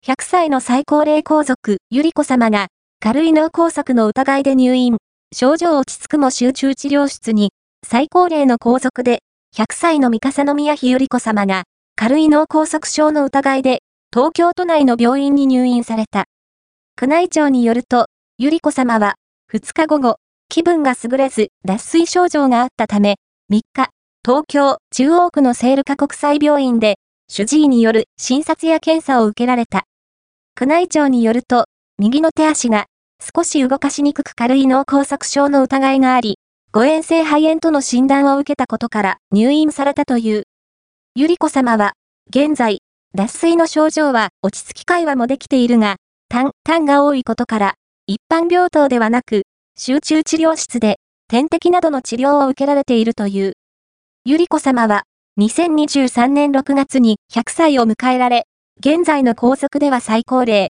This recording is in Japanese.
100歳の最高齢皇族、百合子さまが、軽い脳梗塞の疑いで入院。症状落ち着くも集中治療室に、最高齢の皇族で、100歳の三笠宮妃百合子さまが、軽い脳梗塞症の疑いで、東京都内の病院に入院された。宮内庁によると、百合子さまは、2日午後、気分が優れず、脱水症状があったため、3日、東京、中央区の聖路加国際病院で、主治医による診察や検査を受けられた。宮内庁によると、右の手足が少し動かしにくく軽い脳梗塞症の疑いがあり、誤嚥性肺炎との診断を受けたことから入院されたという。百合子さまは、現在、脱水の症状は落ち着き会話もできているが、痰が多いことから、一般病棟ではなく、集中治療室で点滴などの治療を受けられているという。百合子さまは、2023年6月に100歳を迎えられ、現在の皇族では最高齢。